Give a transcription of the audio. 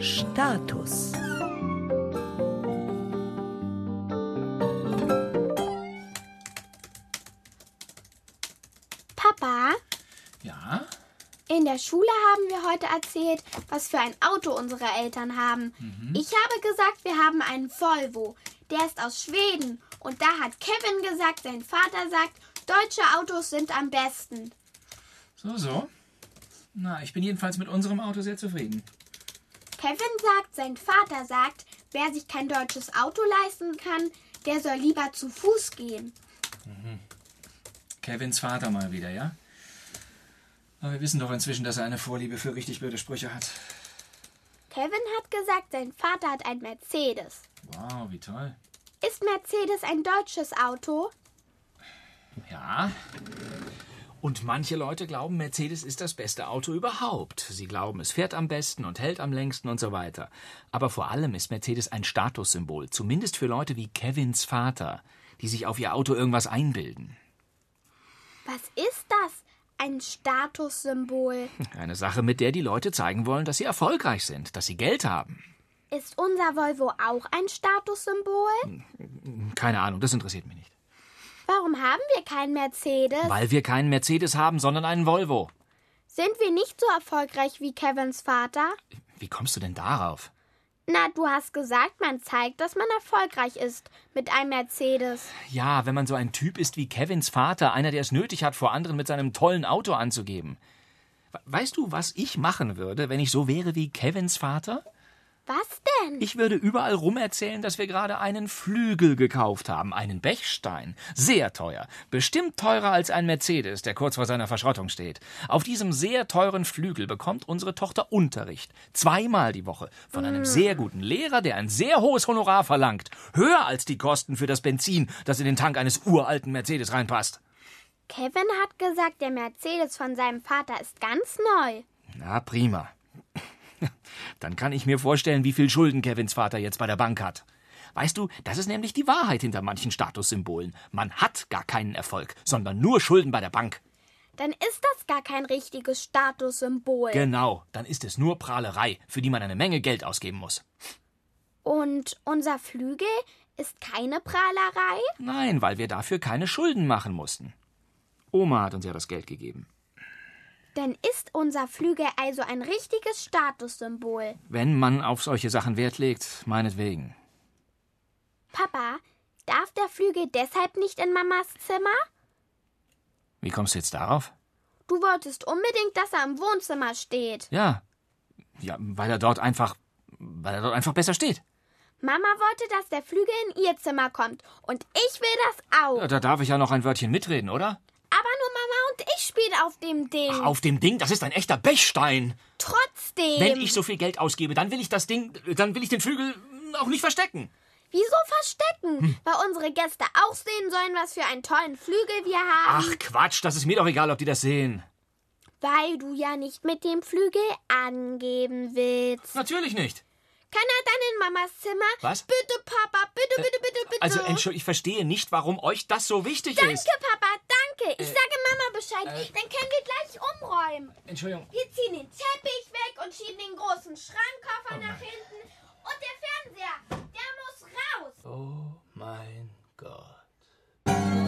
Status. Papa, Ja? in der Schule haben wir heute erzählt, was für ein Auto unsere Eltern haben. Ich habe gesagt, wir haben einen Volvo. Der ist aus Schweden. Und da hat Kevin gesagt, sein Vater sagt, deutsche Autos sind am besten. So. Na, ich bin jedenfalls mit unserem Auto sehr zufrieden. Kevin sagt, sein Vater sagt, wer sich kein deutsches Auto leisten kann, der soll lieber zu Fuß gehen. Kevins Vater mal wieder, ja? Aber wir wissen doch inzwischen, dass er eine Vorliebe für richtig blöde Sprüche hat. Kevin hat gesagt, sein Vater hat ein Mercedes. Wow, wie toll. Ist Mercedes ein deutsches Auto? Ja. Und manche Leute glauben, Mercedes ist das beste Auto überhaupt. Sie glauben, es fährt am besten und hält am längsten und so weiter. Aber vor allem ist Mercedes ein Statussymbol, zumindest für Leute wie Kevins Vater, die sich auf ihr Auto irgendwas einbilden. Was ist das? Ein Statussymbol. Eine Sache, mit der die Leute zeigen wollen, dass sie erfolgreich sind, dass sie Geld haben. Ist unser Volvo auch ein Statussymbol? Keine Ahnung, das interessiert mich nicht. Warum haben wir keinen Mercedes? Weil wir keinen Mercedes haben, sondern einen Volvo. Sind wir nicht so erfolgreich wie Kevins Vater? Wie kommst du denn darauf? Na, du hast gesagt, man zeigt, dass man erfolgreich ist mit einem Mercedes. Ja, wenn man so ein Typ ist wie Kevins Vater, einer, der es nötig hat, vor anderen mit seinem tollen Auto anzugeben. Weißt du, was ich machen würde, wenn ich so wäre wie Kevins Vater? Was denn? Ich würde überall rum erzählen, dass wir gerade einen Flügel gekauft haben, einen Bechstein. Sehr teuer. Bestimmt teurer als ein Mercedes, der kurz vor seiner Verschrottung steht. Auf diesem sehr teuren Flügel bekommt unsere Tochter Unterricht. 2-mal die Woche. Von einem sehr guten Lehrer, der ein sehr hohes Honorar verlangt. Höher als die Kosten für das Benzin, das in den Tank eines uralten Mercedes reinpasst. Kevin hat gesagt, der Mercedes von seinem Vater ist ganz neu. Na, prima. Dann kann ich mir vorstellen, wie viel Schulden Kevins Vater jetzt bei der Bank hat. Weißt du, das ist nämlich die Wahrheit hinter manchen Statussymbolen. Man hat gar keinen Erfolg, sondern nur Schulden bei der Bank. Dann ist das gar kein richtiges Statussymbol. Genau, dann ist es nur Prahlerei, für die man eine Menge Geld ausgeben muss. Und unser Flügel ist keine Prahlerei? Nein, weil wir dafür keine Schulden machen mussten. Oma hat uns ja das Geld gegeben. Dann ist unser Flügel also ein richtiges Statussymbol. Wenn man auf solche Sachen Wert legt, meinetwegen. Papa, darf der Flügel deshalb nicht in Mamas Zimmer? Wie kommst du jetzt darauf? Du wolltest unbedingt, dass er im Wohnzimmer steht. Ja, weil er dort einfach besser steht. Mama wollte, dass der Flügel in ihr Zimmer kommt. Und ich will das auch. Ja, da darf ich ja noch ein Wörtchen mitreden, oder? Aber nur Mama und ich spielen auf dem Ding. Ach, auf dem Ding? Das ist ein echter Bechstein. Trotzdem. Wenn ich so viel Geld ausgebe, dann will ich den Flügel auch nicht verstecken. Wieso verstecken? Weil unsere Gäste auch sehen sollen, was für einen tollen Flügel wir haben. Ach, Quatsch, das ist mir doch egal, ob die das sehen. Weil du ja nicht mit dem Flügel angeben willst. Natürlich nicht. Kann er dann in Mamas Zimmer? Was? Bitte, Papa, bitte, bitte, bitte, bitte. Also, Entschuldigung, ich verstehe nicht, warum euch das so wichtig Danke, ist. Papa, danke. Ich sage Mama Bescheid. Dann können wir gleich umräumen. Entschuldigung. Wir ziehen den Teppich weg und schieben den großen Schrankkoffer nach hinten. Und der Fernseher, der muss raus. Oh mein Gott.